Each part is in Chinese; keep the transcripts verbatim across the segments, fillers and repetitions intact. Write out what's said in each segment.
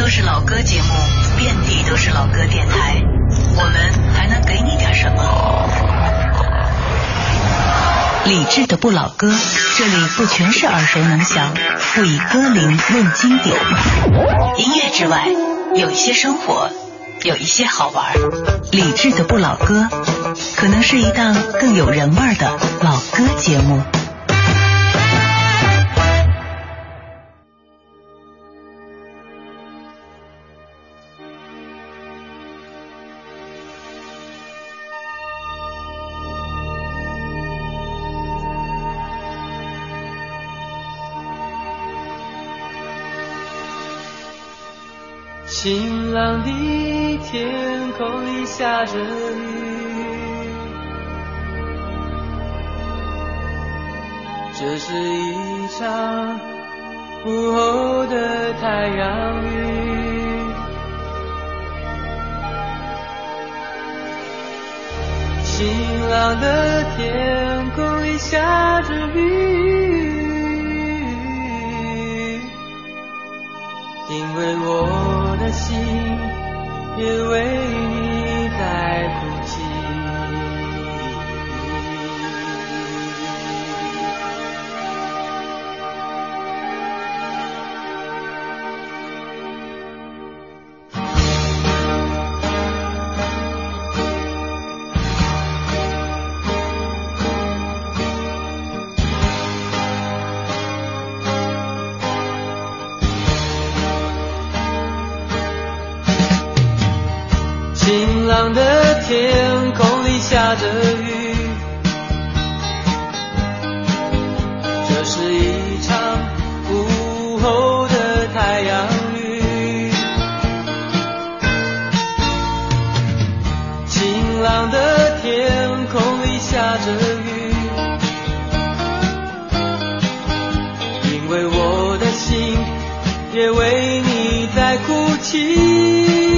都是老歌节目，遍地都是老歌电台，我们还能给你点什么？理智的不老歌，这里不全是耳熟能详，不以歌龄论经典。音乐之外，有一些生活，有一些好玩。理智的不老歌，可能是一档更有人味的老歌节目。 晴朗的天空里下着雨，这是一场午后的太阳雨。晴朗的天空里下着雨，因为我的心也为你在哭泣。晴朗的天空里下着雨，这是一场午后的太阳雨。晴朗的天空里下着雨，因为我的心也为你在哭泣。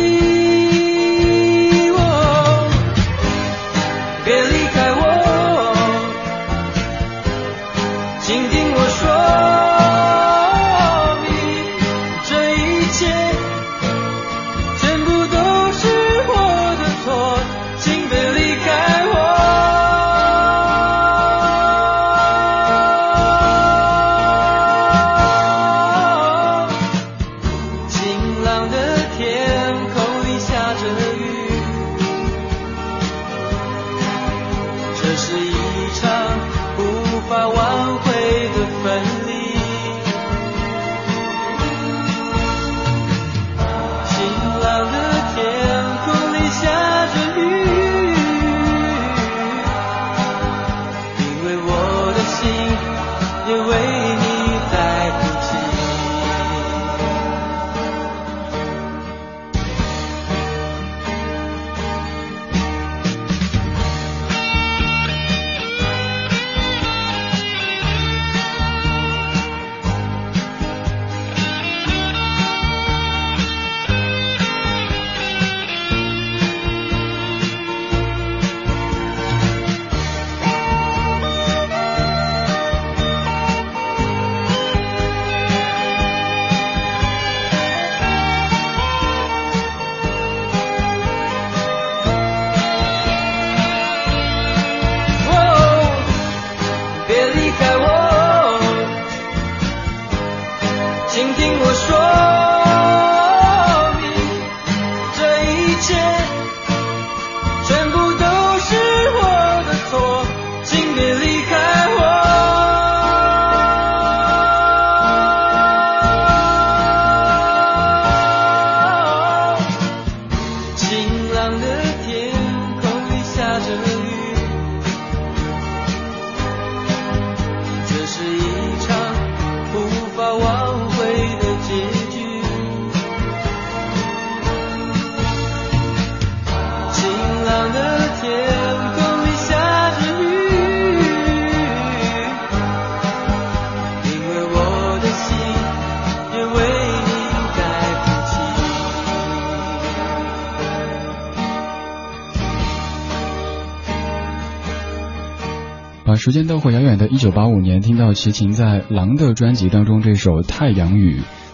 把时间倒回遥远的一九八五年，听到齐秦在《狼》的专辑当中这首《太阳雨》，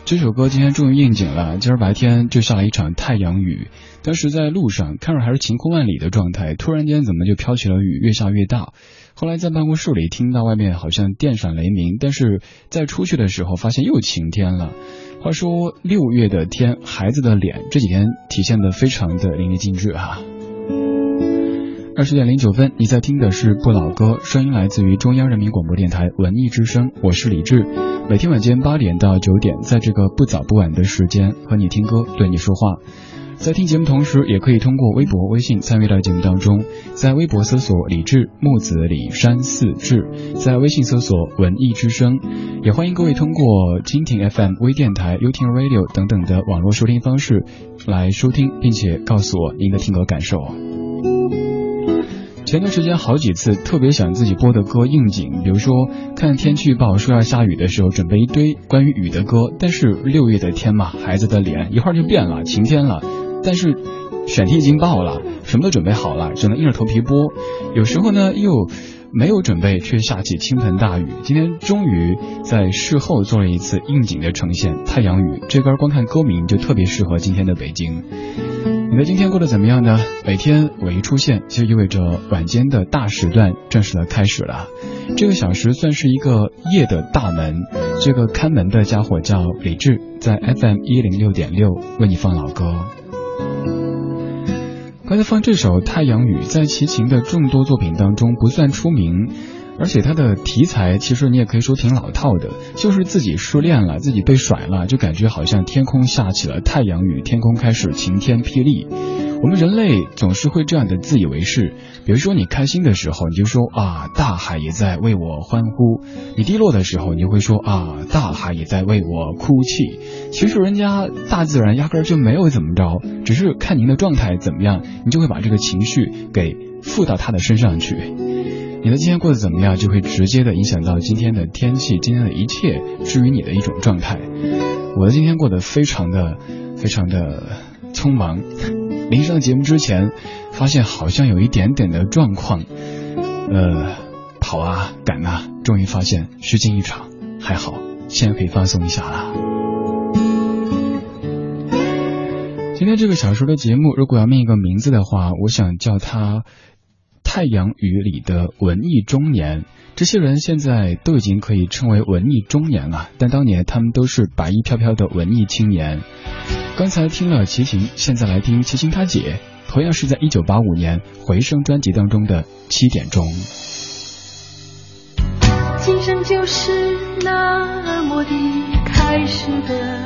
这首歌今天终于应景了，今儿白天就下了一场太阳雨，当时在路上看着还是晴空万里的状态，突然间怎么就飘起了雨，越下越大。后来在办公室里听到外面好像电闪雷鸣，但是在出去的时候发现又晴天了。话说六月的天，孩子的脸这几天体现得非常的淋漓尽致啊。二十点零九分，你在听的是不老歌，声音来自于中央人民广播电台文艺之声，我是李志。每天晚间八点到九点，在这个不早不晚的时间和你听歌，对你说话。在听节目同时，也可以通过微博、微信参与到节目当中。在微博搜索李志，木子李山四志，在微信搜索文艺之声。也欢迎各位通过蜻蜓 F M、微电台、YouTing Radio 等等的网络收听方式来收听，并且告诉我您的听歌感受。前段时间好几次特别想自己播的歌应景，比如说看天气预报说要下雨的时候准备一堆关于雨的歌，但是六月的天嘛，孩子的脸一会儿就变了，晴天了，但是选题已经报了，什么都准备好了，只能硬着头皮播。有时候呢又没有准备，却下起倾盆大雨。今天终于在事后做了一次应景的呈现，太阳雨这歌光看歌名就特别适合今天的北京。你的今天过得怎么样呢？每天我一出现，就意味着晚间的大时段正式的开始了。这个小时算是一个夜的大门，这个看门的家伙叫李志，在 F M 一零六点六为你放老歌。刚才放这首《太阳雨》在齐秦的众多作品当中不算出名，而且它的题材其实你也可以说挺老套的，就是自己失恋了，自己被甩了，就感觉好像天空下起了太阳雨，天空开始晴天霹雳。我们人类总是会这样的自以为是，比如说你开心的时候你就说啊，大海也在为我欢呼，你低落的时候你就会说啊，大海也在为我哭泣。其实人家大自然压根儿就没有怎么着，只是看您的状态怎么样，你就会把这个情绪给附到他的身上去。你的今天过得怎么样，就会直接的影响到今天的天气，今天的一切，至于你的一种状态。我的今天过得非常的非常的匆忙，临上节目之前发现好像有一点点的状况，呃，跑啊赶啊，终于发现虚惊一场，还好现在可以放松一下了。今天这个小时的节目如果要命一个名字的话，我想叫它太阳雨里的文艺中年。这些人现在都已经可以称为文艺中年了，但当年他们都是白衣飘飘的文艺青年。刚才听了齐秦，现在来听齐秦他姐，同样是在一九八五年回声专辑当中的七点钟。 今生就是那么的开始的，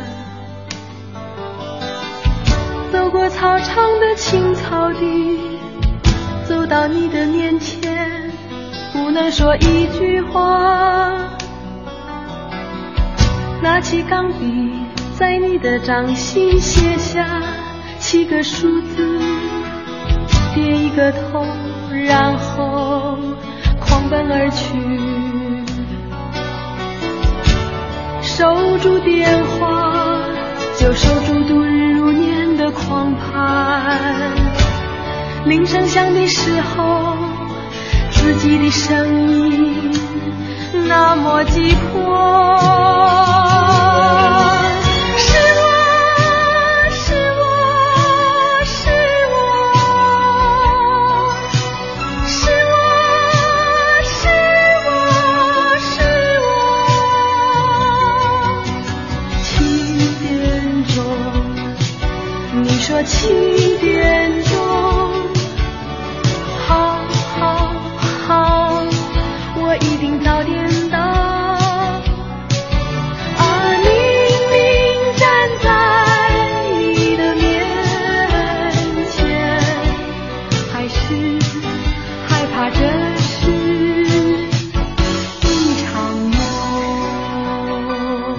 走过操场的青草地，走到你的面前，不能说一句话，拿起钢笔在你的掌心写下七个数字，点一个头，然后狂奔而去，守住电话，就守住度日如年的狂攀。铃声响的时候，自己的声音那么急迫。七点钟，好好好，我一定早点到。啊，明明站在你的面前，还是害怕这是一场梦。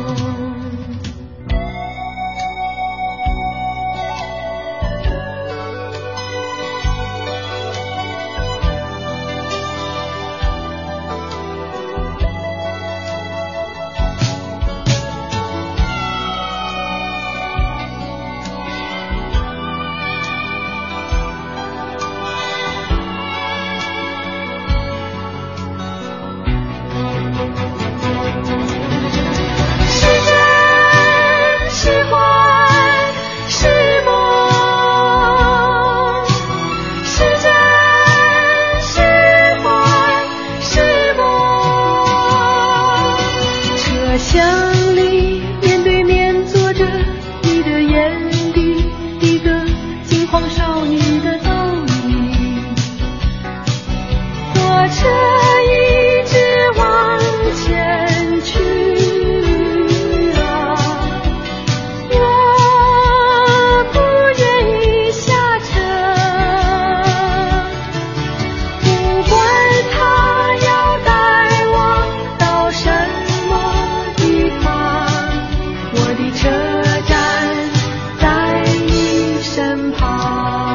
车站在你身旁。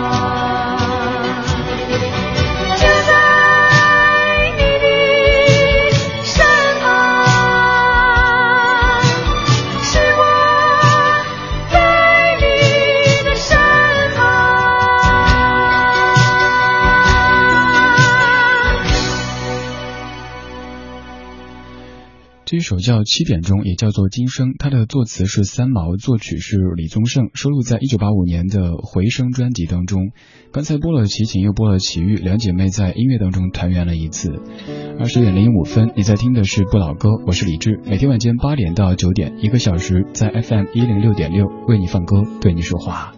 这首叫七点钟，也叫做今生，它的作词是三毛，作曲是李宗盛，收录在一九八五年的回声专辑当中。刚才播了齐秦，又播了齐豫，两姐妹在音乐当中团圆了一次。二十点零五分，你在听的是不老歌，我是李志，每天晚间八点到九点，一个小时在 F M 一零六点六为你放歌，对你说话。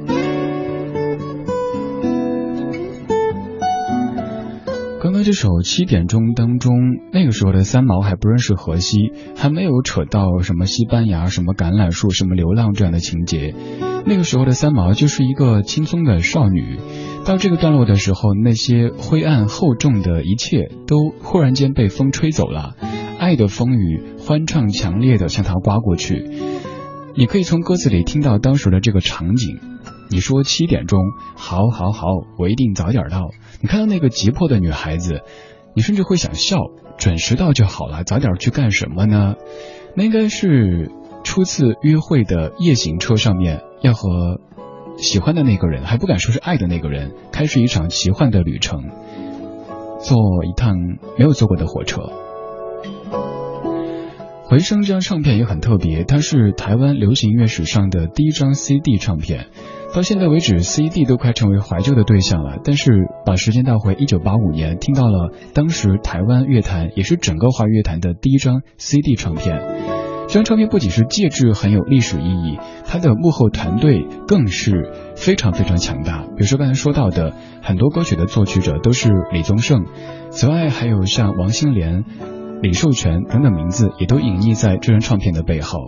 刚刚这首七点钟当中，那个时候的三毛还不认识荷西，还没有扯到什么西班牙、什么橄榄树、什么流浪这样的情节。那个时候的三毛就是一个轻松的少女。到这个段落的时候，那些灰暗厚重的一切都忽然间被风吹走了，爱的风雨欢畅强烈的向她刮过去。你可以从歌词里听到当时的这个场景。你说七点钟，好好好，我一定早点到。你看到那个急迫的女孩子，你甚至会想笑，准时到就好了，早点去干什么呢？那应该是初次约会的夜行车上面，要和喜欢的那个人，还不敢说是爱的那个人，开始一场奇幻的旅程，坐一趟没有坐过的火车。回声这张唱片也很特别，它是台湾流行音乐史上的第一张 C D 唱片。到现在为止 C D 都快成为怀旧的对象了，但是把时间倒回一九八五年，听到了当时台湾乐坛也是整个华语乐坛的第一张 C D 唱片。这张唱片不仅是介质很有历史意义，它的幕后团队更是非常非常强大。比如说刚才说到的很多歌曲的作曲者都是李宗盛，此外还有像王心莲、李寿全等等名字也都隐匿在这张唱片的背后。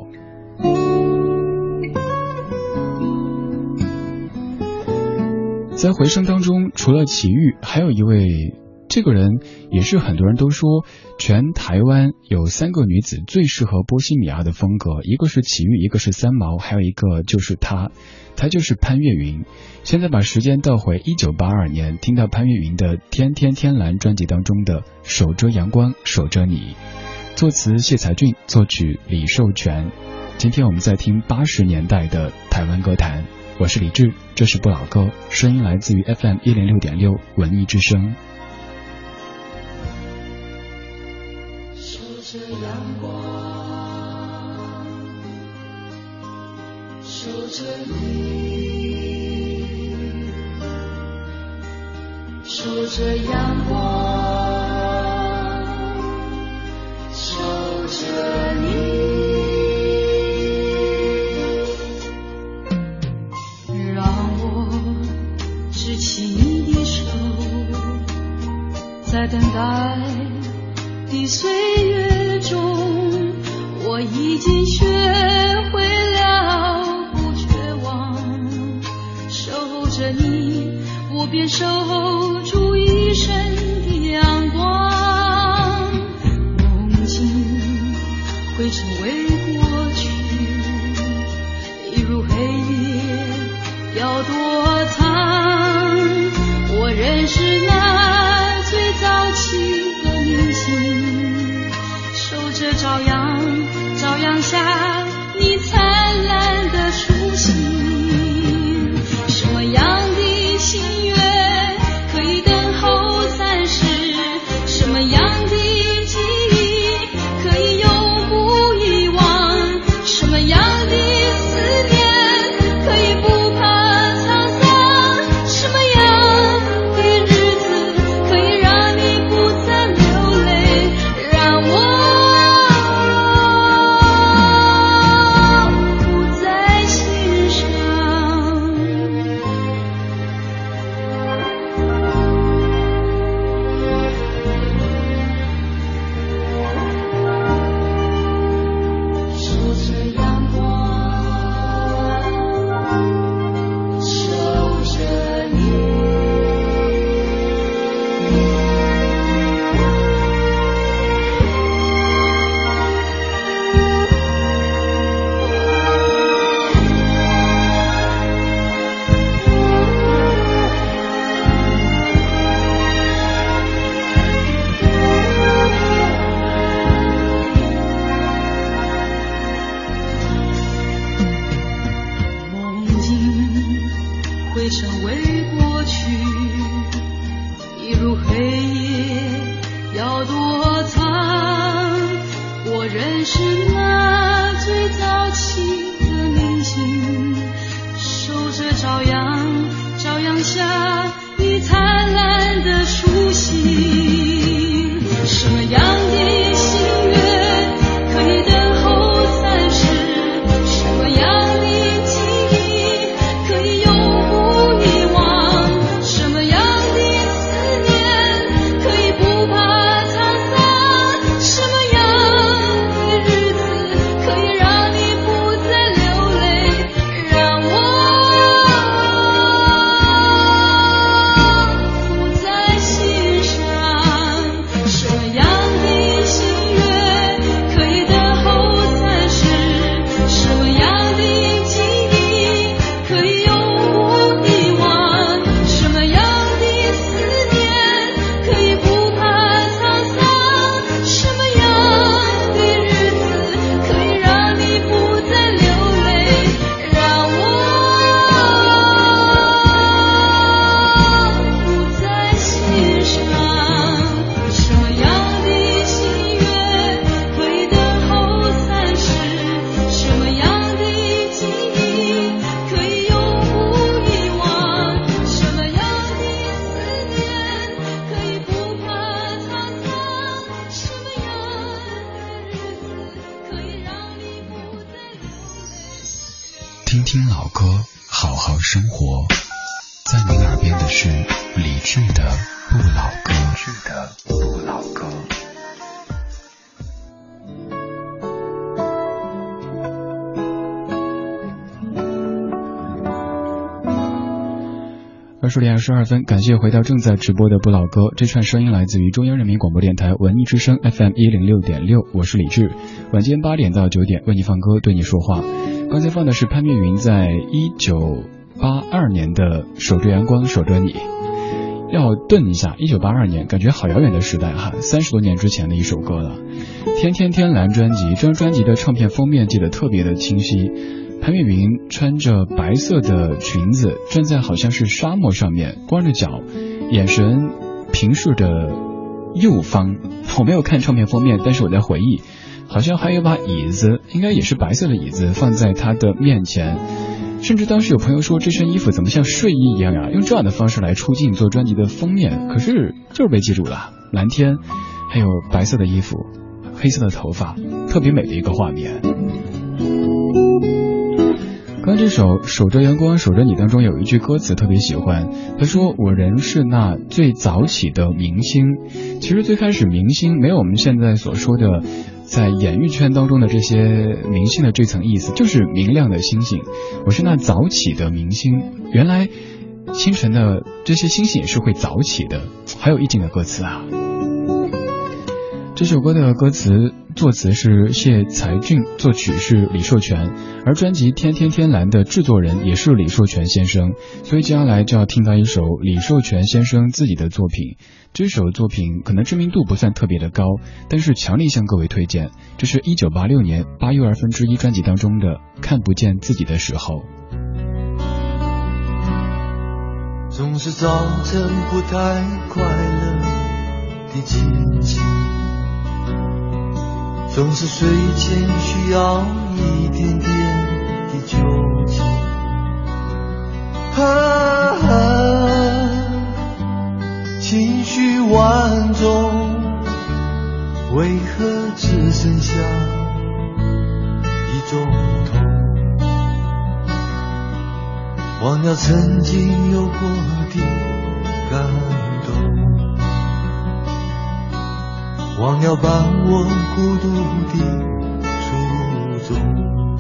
在回声当中，除了齐豫，还有一位，这个人也是很多人都说全台湾有三个女子最适合波西米亚的风格，一个是齐豫，一个是三毛，还有一个就是她，她就是潘越云。现在把时间倒回一九八二年，听到潘越云的《天天天蓝》专辑当中的《守着阳光守着你》，作词谢才俊，作曲李寿全。今天我们在听八十年代的台湾歌坛，我是李志，这是不老歌，声音来自于 F M 一零六点六文艺之声。 守着阳光，守着你，守着阳光，守着你。 在等待的岁月中，我已经学会了不绝望，守着你，我便守住一生的阳光。梦境会成为过去，一如黑夜要躲藏。我认识那最早期的明星，守着朝阳，朝阳下你灿烂的初心。什么样的心愿会成为过去，一如黑夜要躲藏。我认识那最早期的明星，守着朝阳，朝阳下你灿烂的初心。什么样的心愿可以等候三世？什么样的记忆可以永不遗忘？什么样的思念可以不怕沧桑？什么样的日子可以让你不再流泪？让我不再欣赏。什么样的心愿可以等候三世？什么样的记忆可以永不遗忘？什么样的思念可以不怕沧桑？什么样的日子可以让你不再流泪？让我不再欣赏。什么样的心愿可以等候三世？什么样的记忆可以永不遗忘？什么样的思念可以不怕沧桑？什么样的日子可以让你不再流泪？ 听听老歌，好好生活。在您耳边的是理智的不老歌。理智的不老歌。二十点二十二分，感谢回到正在直播的不老歌。这串声音来自于中央人民广播电台文艺之声 F M 一零六点六，我是李志。晚间八点到九点为你放歌，对你说话。刚才放的是潘越云在一九八二年的《守着阳光守着你》。要顿一下，一九八二年，感觉好遥远的时代哈，三十多年之前的一首歌了。天天天蓝专辑，这张专辑的唱片封面记得特别的清晰。潘越云穿着白色的裙子，站在好像是沙漠上面，光着脚，眼神平视着右方。我没有看唱片封面，但是我在回忆，好像还有把椅子，应该也是白色的椅子，放在他的面前。甚至当时有朋友说，这身衣服怎么像睡衣一样呀？用这样的方式来出镜做专辑的封面，可是就是被记住了。蓝天，还有白色的衣服，黑色的头发，特别美的一个画面。刚这首《守着阳光守着你》当中有一句歌词特别喜欢，他说我人是那最早起的明星。其实最开始明星没有我们现在所说的在演艺圈当中的这些明星的这层意思，就是明亮的星星。我是那早起的明星，原来清晨的这些星星也是会早起的，还有意境的歌词啊。这首歌的歌词作词是谢才俊，作曲是李寿全，而专辑《天天天蓝》的制作人也是李寿全先生，所以接下来就要听到一首李寿全先生自己的作品。这首作品可能知名度不算特别的高，但是强力向各位推荐，这是一九八六年八又二分之一专辑当中的《看不见自己的时候》。 总是造成不太快乐的情形，总是睡前需要一点点的酒精，啊啊，情绪万种，为何只剩下一种痛？忘了曾经有过的感动，忘了把我孤独的初衷。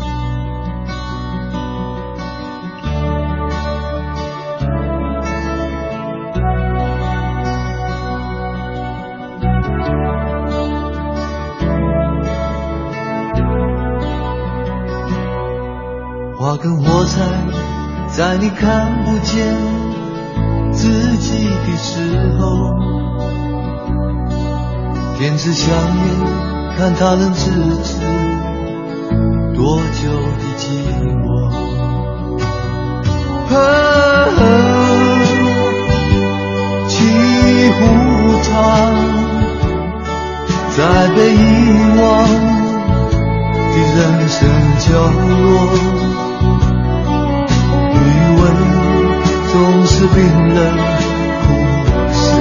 花跟火柴，在你看不见自己的时候，点支香烟，看它能支持多久的寂寞。啊被遗忘的人生角落，余温总是冰冷苦涩，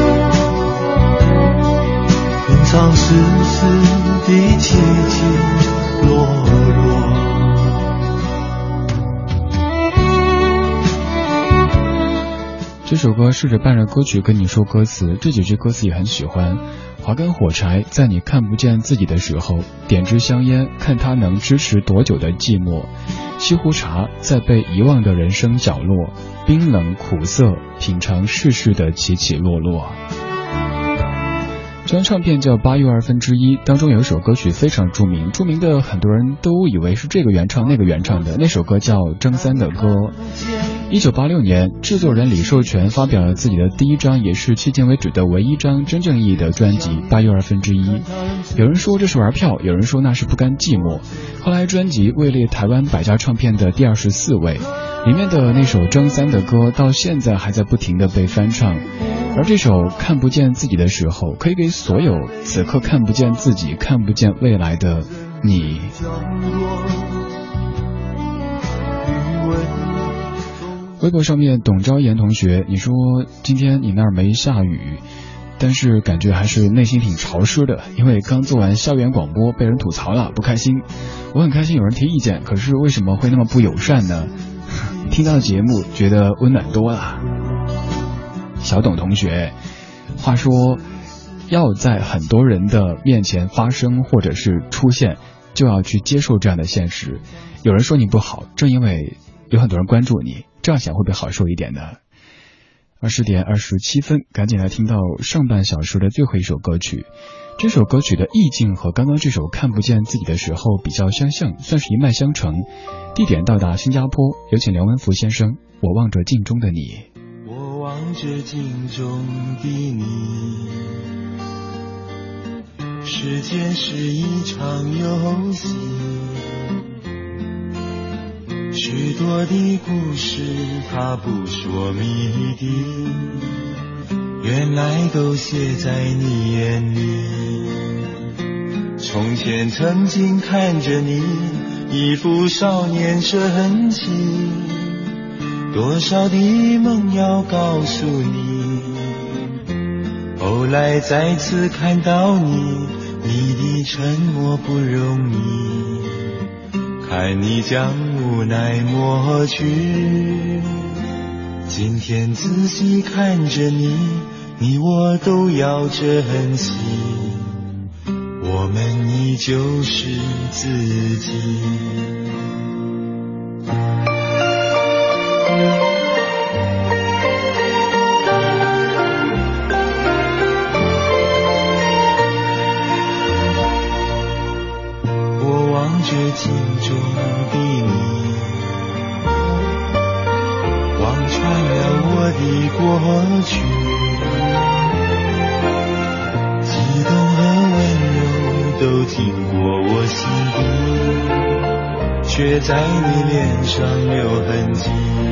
品尝世事的起起落落。 这首歌试着伴着歌曲跟你说歌词，这几句歌词也很喜欢。划根火柴，在你看不见自己的时候，点支香烟，看它能支持多久的寂寞。沏壶茶，在被遗忘的人生角落，冰冷苦涩，品尝世事的起起落落。这张唱片叫《八又二分之一》，当中有一首歌曲非常著名，著名的很多人都以为是这个原唱那个原唱的，那首歌叫张三的歌。一九八六年，制作人李寿全发表了自己的第一张，也是迄今为止的唯一张真正意义的专辑《八又二分之一》。有人说这是玩票，有人说那是不甘寂寞。后来专辑位列台湾百家唱片的第二十四位，里面的那首张三的歌到现在还在不停的被翻唱。而这首看不见自己的时候，可以给所有此刻看不见自己看不见未来的你。微博上面董昭妍同学，你说今天你那儿没下雨，但是感觉还是内心挺潮湿的，因为刚做完校园广播被人吐槽了，不开心。我很开心有人提意见，可是为什么会那么不友善呢？听到节目觉得温暖多了。小董同学，话说要在很多人的面前发生或者是出现，就要去接受这样的现实。有人说你不好，正因为有很多人关注你，这样想会不会好受一点呢？二十点二十七分，赶紧来听到上半小时的最后一首歌曲。这首歌曲的意境和刚刚这首看不见自己的时候比较相像，算是一脉相承。地点到达新加坡，有请梁文福先生，我望着镜中的你。 我望着镜中的你，时间是一场游戏，许多的故事它不说谜底，原来都写在你眼里。从前曾经看着你一副少年神情，多少的梦要告诉你，后来再次看到你，你的沉默不容易，看你将无奈抹去。今天仔细看着你，你我都要珍惜，我们依旧是自己。我望着镜中的你，望穿了我的过去，激动和温柔都经过我心底，却在你脸上留痕迹。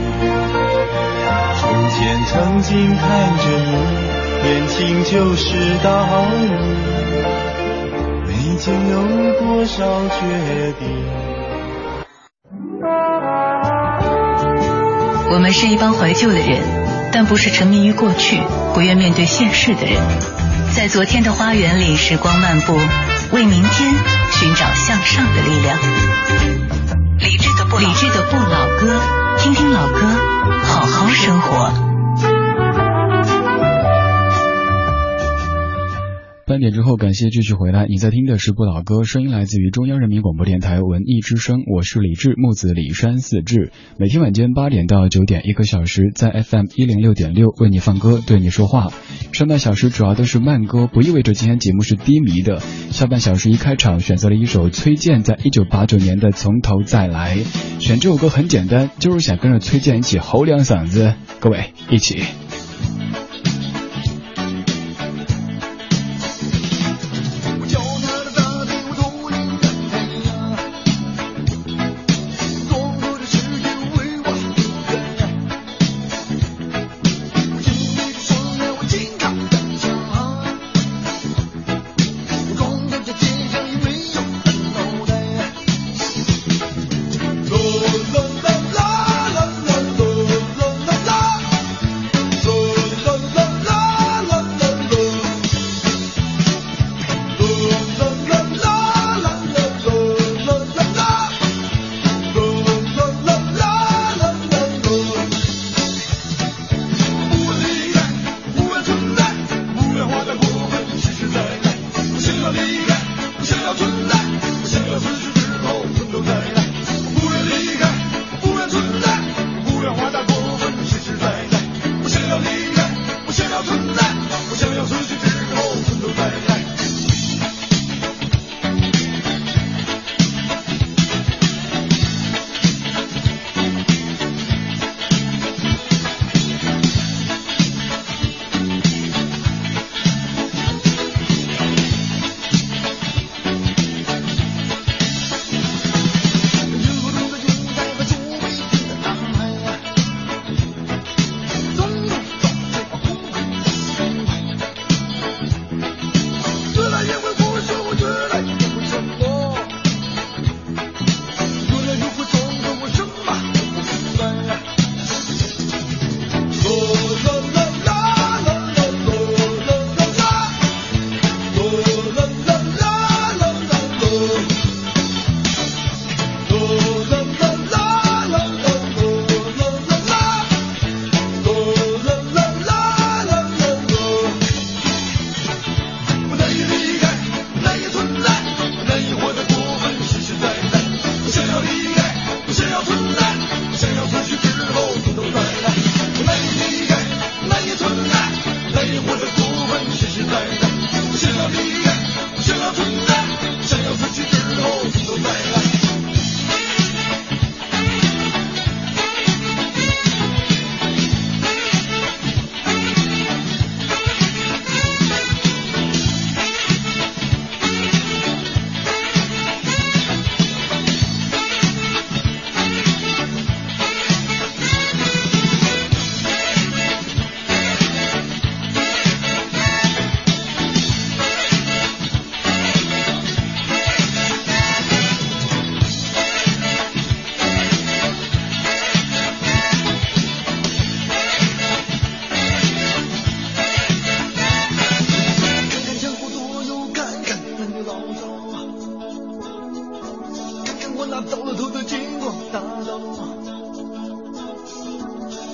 从前曾经看着你，年轻就是道理，没经有多少决定。 我们是一帮怀旧的人，但不是沉迷于过去不愿面对现实的人。在昨天的花园里时光漫步，为明天寻找向上的力量。理智的不理智的不老歌，听听老歌，好好生活。 半点之后，感谢继续回来。你在听的是不老歌，声音来自于中央人民广播电台文艺之声，我是李志，木子李山四志。每天晚间八点到九点，一个小时，在 F M 一零六点六为你放歌，对你说话。上半小时主要都是慢歌，不意味着今天节目是低迷的。下半小时一开场选择了一首崔健在一九八九年的《从头再来》，选这首歌很简单，就是想跟着崔健一起吼两嗓子。各位一起。 这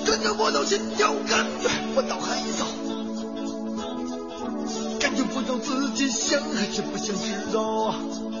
跟着我到心跳感觉我脑海一扫，感觉不懂自己想还是不想知道。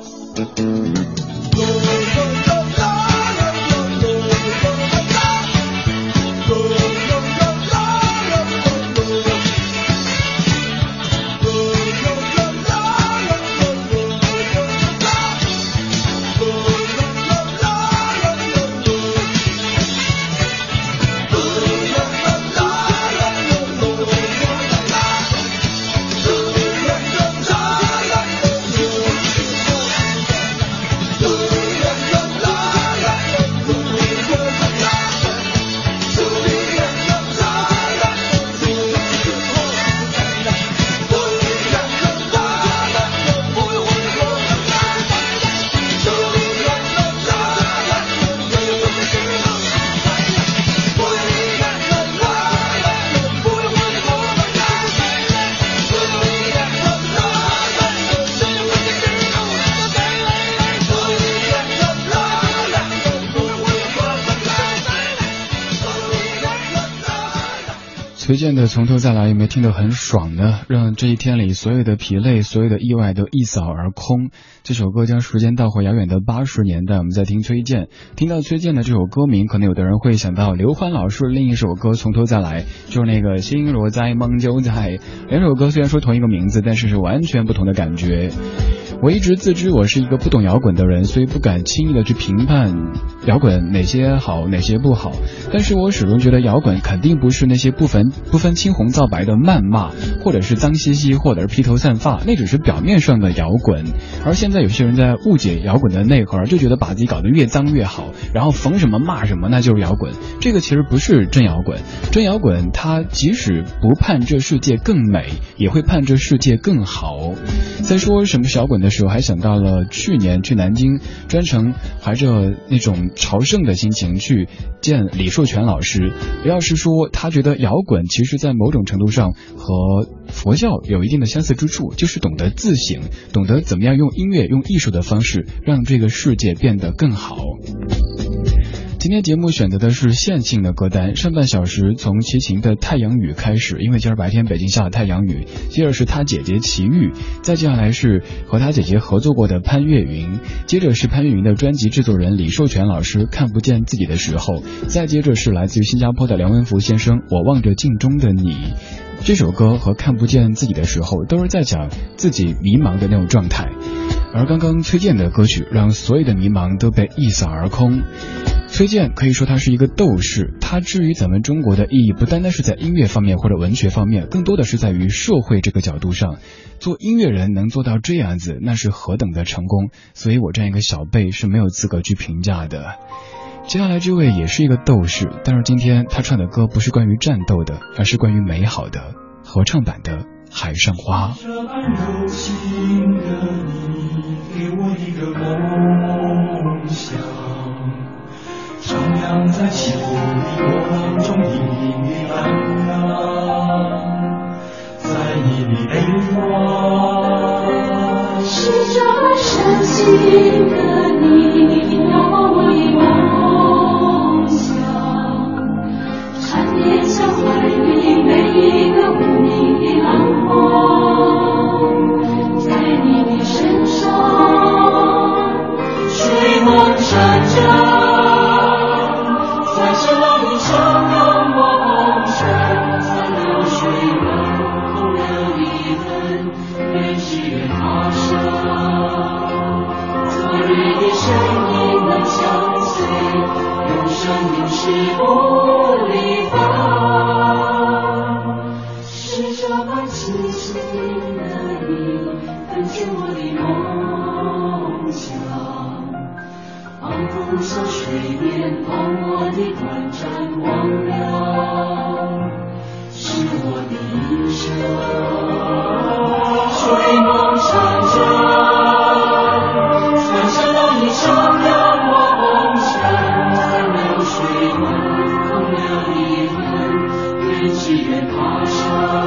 崔健的从头再来有没有听得很爽呢？让这一天里所有的疲累，所有的意外都一扫而空。这首歌将时间倒回遥远的八十年代，我们在听崔健。听到崔健的这首歌名，可能有的人会想到刘欢老师另一首歌从头再来，就是那个心若在梦就在。两首歌虽然说同一个名字，但是是完全不同的感觉。我一直自知我是一个不懂摇滚的人，所以不敢轻易的去评判摇滚哪些好哪些不好，但是我始终觉得摇滚肯定不是那些不分不分青红皂白的谩骂，或者是脏兮兮，或者是披头散发，那只是表面上的摇滚。而现在有些人在误解摇滚的内核，就觉得把自己搞得越脏越好，然后逢什么骂什么，那就是摇滚。这个其实不是真摇滚，真摇滚它即使不盼这世界更美，也会盼这世界更好。在说什么是摇滚的时候，还想到了去年去南京，专程怀着那种朝圣的心情去见李寿全老师。李老师说，他觉得摇滚其实在某种程度上和佛教有一定的相似之处，就是懂得自省，懂得怎么样用音乐用艺术的方式让这个世界变得更好。今天节目选择的是线性的歌单，上半小时从齐秦的太阳雨开始，因为今儿白天北京下了太阳雨，接着是他姐姐齐豫，再接下来是和他姐姐合作过的潘越云，接着是潘越云的专辑制作人李寿全老师看不见自己的时候，再接着是来自于新加坡的梁文福先生我望着镜中的你。这首歌和看不见自己的时候都是在讲自己迷茫的那种状态，而刚刚崔健的歌曲让所有的迷茫都被一扫而空。崔健可以说他是一个斗士，他至于咱们中国的意义不单单是在音乐方面或者文学方面，更多的是在于社会这个角度上。做音乐人能做到这样子，那是何等的成功，所以我这样一个小辈是没有资格去评价的。接下来这位也是一个斗士，但是今天他唱的歌不是关于战斗的，而是关于美好的，合唱版的海上花。 这般柔情的你给我一个梦想，徜徉在秋的光中隐隐的蓝蓝，在你的泪光是这般深情的你让我的梦想缠绵像怀里每一个无名的浪花，在你的身上睡梦成真。是不离分，是这般痴情的你分出我的梦想，仿佛像水面把我的短暂忘了，是我的一生睡梦成真，穿上了一场阳光红尘。只愿爬上，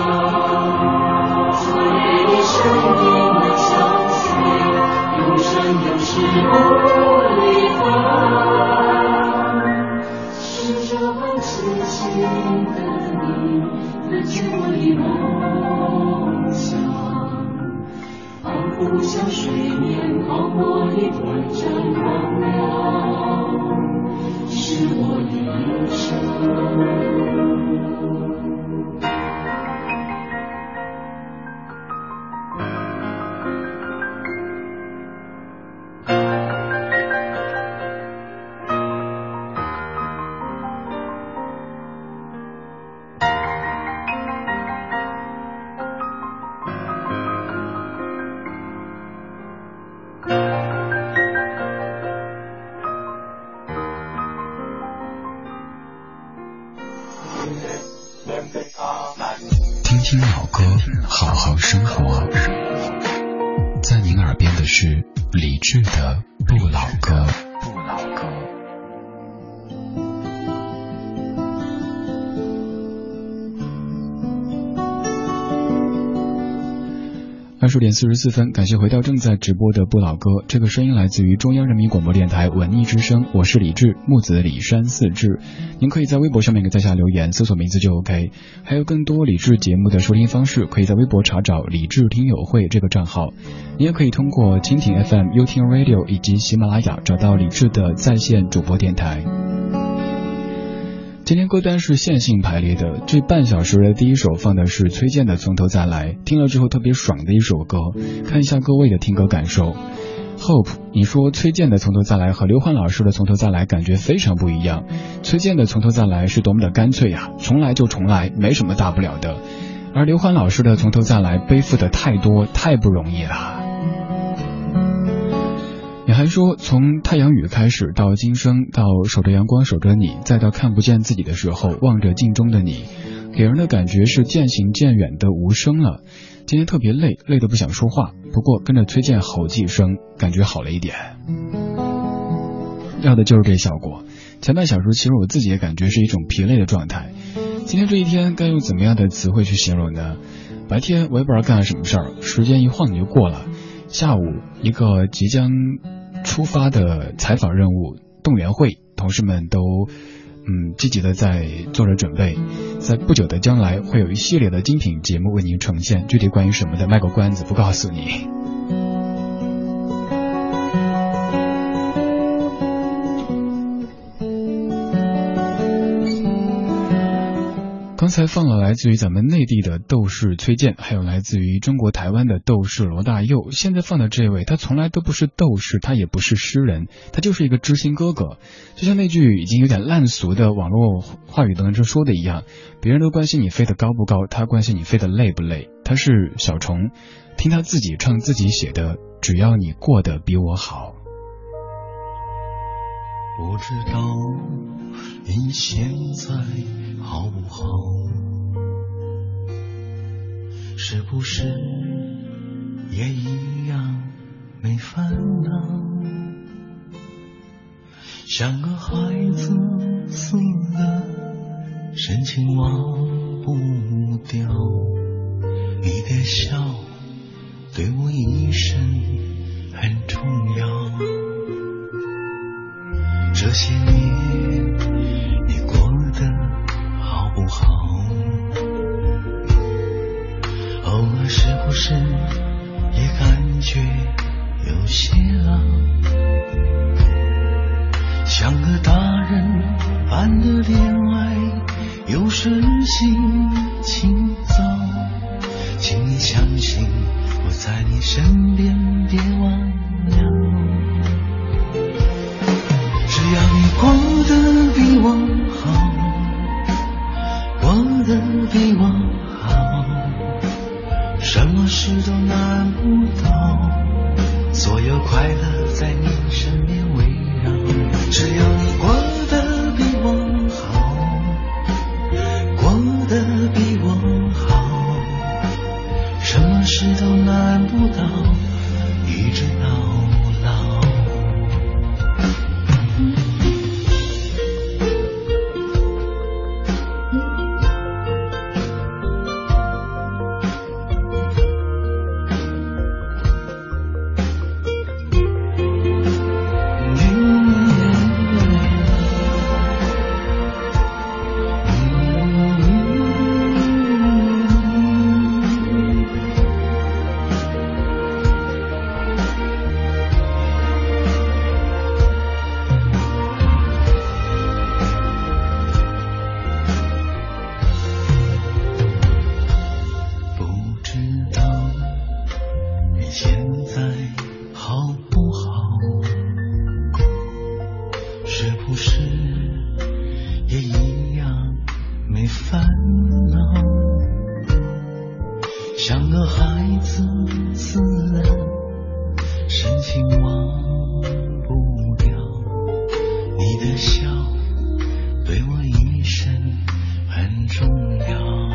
昨日的身影能相随，永生永世不离分。是这般痴情听听老歌，好好生活。在您耳边的是李志的不老歌。不老歌。二十点四十四分，感谢回到正在直播的不老歌。这个声音来自于中央人民广播电台文艺之声，我是李志，木子李山四志。您可以在微博上面给在下留言，搜索名字就 OK。还有更多李志节目的收听方式，可以在微博查找李志听友会这个账号。你也可以通过蜻蜓 F M、U T Radio 以及喜马拉雅找到李志的在线主播电台。今天歌单是线性排列的，这半小时的第一首放的是崔健的《从头再来》，听了之后特别爽的一首歌，看一下各位的听歌感受。Hope， 你说崔健的《从头再来》和刘欢老师的《从头再来》感觉非常不一样。崔健的《从头再来》是多么的干脆呀、啊，重来就重来，没什么大不了的。而刘欢老师的《从头再来》背负的太多，太不容易了。你还说从太阳雨开始到今生，到守着阳光守着你，再到看不见自己的时候望着镜中的你，给人的感觉是渐行渐远的无声了。今天特别累，累得不想说话，不过跟着崔健吼几声，感觉好了一点。要的就是这效果。前半小时其实我自己也感觉是一种疲累的状态。今天这一天该用怎么样的词汇去形容呢？白天我也不知道干了什么事儿，时间一晃就过了。下午一个即将出发的采访任务动员会，同事们都嗯积极的在做着准备，在不久的将来会有一系列的精品节目为您呈现，具体关于什么的卖个关子不告诉你。刚才放了来自于咱们内地的斗士崔健，还有来自于中国台湾的斗士罗大佑。现在放的这位，他从来都不是斗士，他也不是诗人，他就是一个知心哥哥。就像那句已经有点烂俗的网络话语当中说的一样，别人都关心你飞得高不高，他关心你飞得累不累。他是小虫，听他自己唱自己写的，只要你过得比我好。 不知道你现在好不好，是不是也一样没烦恼，像个孩子似的深情忘不掉，你的笑对我一生很重要，这些年你过得好不好，偶尔是不是也感觉有些老，像个大人般的恋爱有时心情糟，请你相信我在你身边，别忘了，只要你过得比我好，过得比我好，什么事都难不倒，所有快乐在你身边围绕，只要你过得比我好，过得比我好，什么事都难不倒，一直到老。 烦恼，像个孩子自然，深情忘不掉。你的笑对我一生很重要。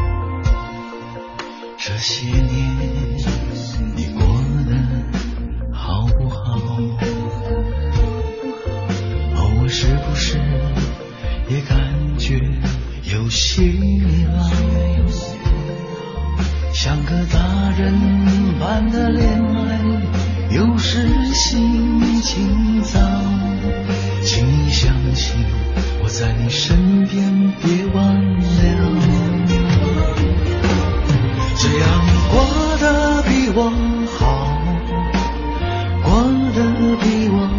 这些年你过得好不好？偶尔是不是也感觉有些老，像个大人般的恋爱，有时心情糟。请你相信我在你身边，别忘了，只要你过得比我好，过得比我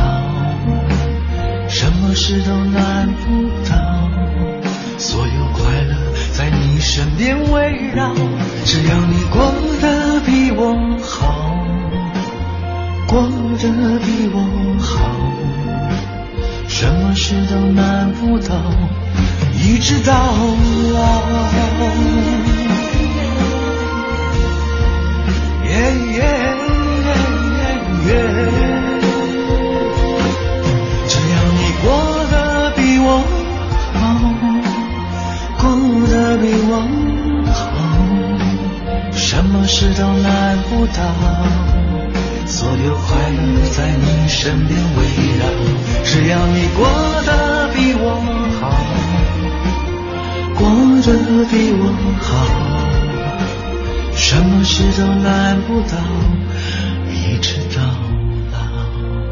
好，什么事都难不倒，所有快乐在你身边围绕。只要你过得比我好，过得比我好，什么事都难不倒，一直到老。Yeah, yeah, yeah, yeah. 只要你过得比我好，过得比我好，什么事都难不倒，所有快乐在你身边围绕。只要你过得比我好，过得比我好，什么事都难不倒，一直到老。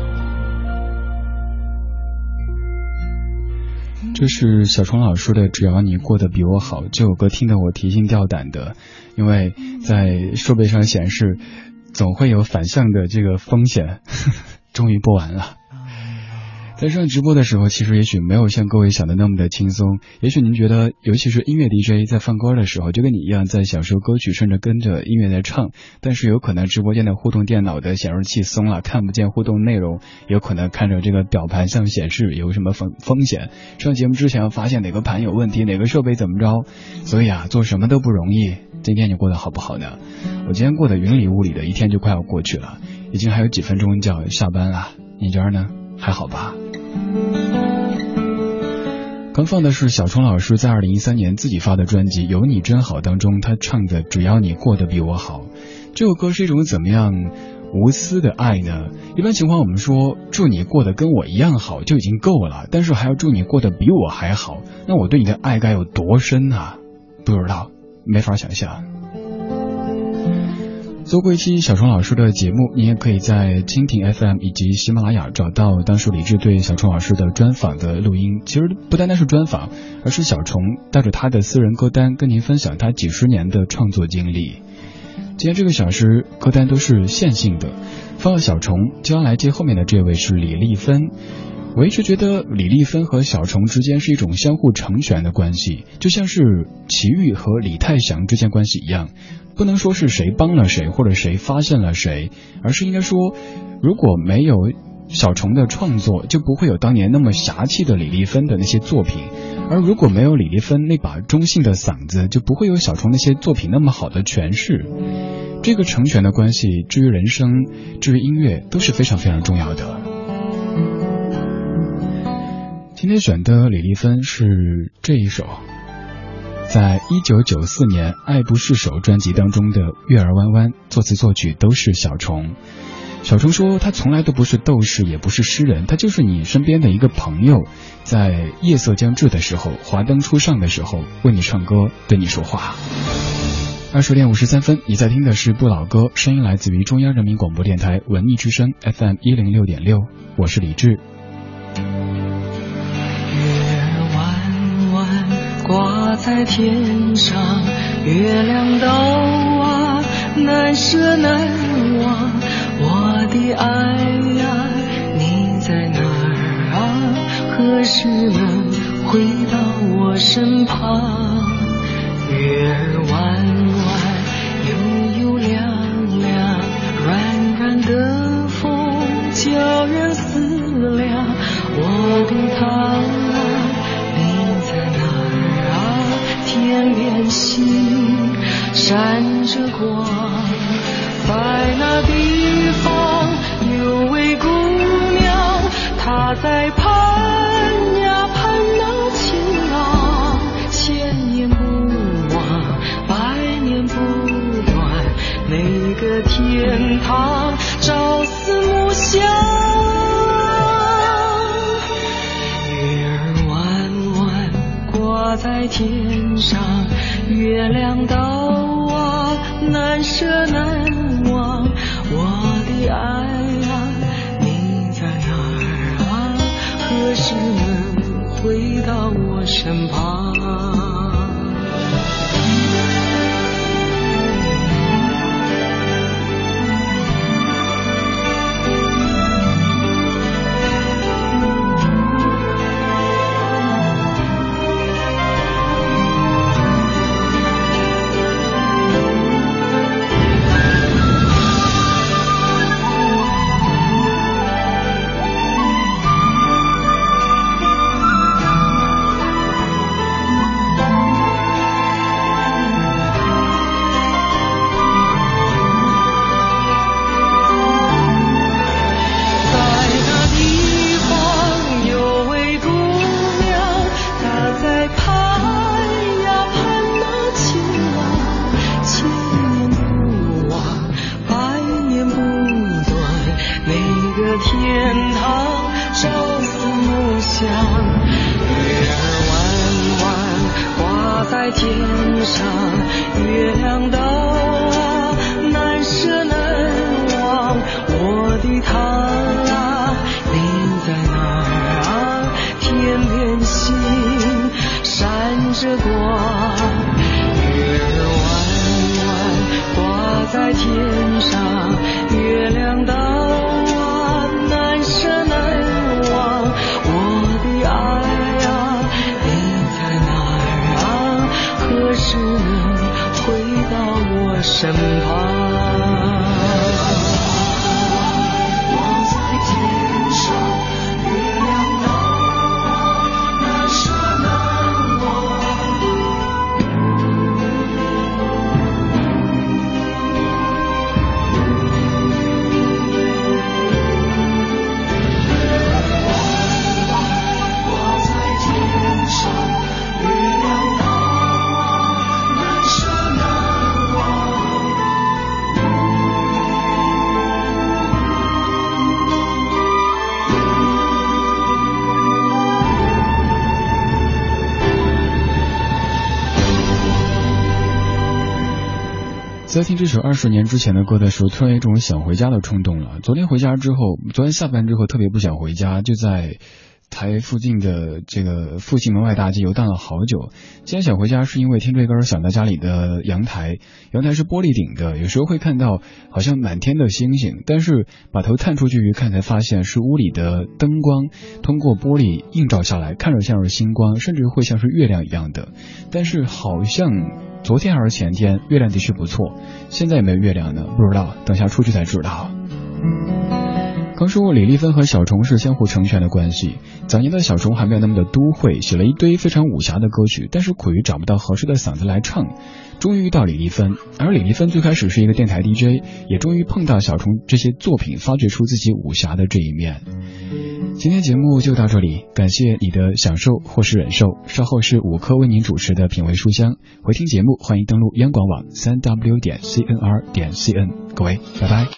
这是小虫老师的只要你过得比我好，这首歌听得我提心吊胆的，因为在设备上显示总会有反向的这个风险。终于播完了。在上直播的时候，其实也许没有像各位想的那么的轻松，也许您觉得尤其是音乐 D J 在放歌的时候就跟你一样在享受歌曲，甚至跟着音乐在唱，但是有可能直播间的互动电脑的显示器松了，看不见互动内容，有可能看着这个表盘上显示有什么风风险，上节目之前发现哪个盘有问题，哪个设备怎么着，所以啊做什么都不容易。今天你过得好不好呢？我今天过得云里雾里的，一天就快要过去了，已经还有几分钟就要下班了，你这儿呢还好吧？刚放的是小虫老师在二零一三年自己发的专辑《有你真好》当中，他唱的只要你过得比我好。这首歌是一种怎么样无私的爱呢？一般情况我们说祝你过得跟我一样好就已经够了，但是还要祝你过得比我还好，那我对你的爱该有多深啊？不知道，没法想象。做过一期小虫老师的节目，你也可以在蜻蜓 F M 以及喜马拉雅找到当时李志对小虫老师的专访的录音。其实不单单是专访，而是小虫带着他的私人歌单跟您分享他几十年的创作经历。今天这个小时歌单都是线性的，放了小虫，接下来接后面的这位是李丽芬。我一直觉得李丽芬和小虫之间是一种相互成全的关系，就像是齐豫和李泰祥之间关系一样，不能说是谁帮了谁或者谁发现了谁，而是应该说如果没有小虫的创作，就不会有当年那么侠气的李丽芬的那些作品，而如果没有李丽芬那把中性的嗓子，就不会有小虫那些作品那么好的诠释。这个成全的关系至于人生，至于音乐都是非常非常重要的。今天选的李丽芬是这一首，在一九九四年《爱不释手》专辑当中的《月儿弯弯》，作词作曲都是小虫。小虫说他从来都不是斗士，也不是诗人，他就是你身边的一个朋友，在夜色将至的时候，华灯初上的时候，为你唱歌，对你说话。二十点五十三分，你在听的是不老歌，声音来自于中央人民广播电台文艺之声 F M 一零六点六，我是李志。 挂在天上，月亮岛啊，难舍难忘。我的爱呀，你在哪儿啊？何时能回到我身旁？月儿弯弯，悠悠亮亮，软软的风叫人思量。我的他啊，你在哪儿？ 闪着光，在那地方有位姑娘，她在盼呀盼那情郎，千年不忘，百年不断，那个天堂朝思暮想。月儿弯弯挂在天上，月亮岛啊难舍难忘，我的爱啊你在哪儿啊，何时能回到我身旁。 在听这首二十年之前的歌的时候，突然有一种想回家的冲动了。昨天回家之后，昨天下班之后特别不想回家，就在台附近的这个复兴门外大街游荡了好久。今天想回家是因为听这歌想到家里的阳台，阳台是玻璃顶的，有时候会看到好像满天的星星，但是把头探出去一看才发现是屋里的灯光通过玻璃映照下来，看着像是星光，甚至会像是月亮一样的。但是好像昨天还是前天月亮的确不错，现在有没有月亮呢？不知道，等下出去才知道。刚说过李丽芬和小虫是相互成全的关系，早年的小虫还没有那么的都会，写了一堆非常武侠的歌曲，但是苦于找不到合适的嗓子来唱，终于遇到李丽芬。而李丽芬最开始是一个电台 D J， 也终于碰到小虫这些作品，发掘出自己武侠的这一面。今天节目就到这里，感谢你的享受或是忍受，稍后是五科为您主持的品味书香，回听节目欢迎登录央广网 三 w 点 c n r 点 c n， 各位拜拜。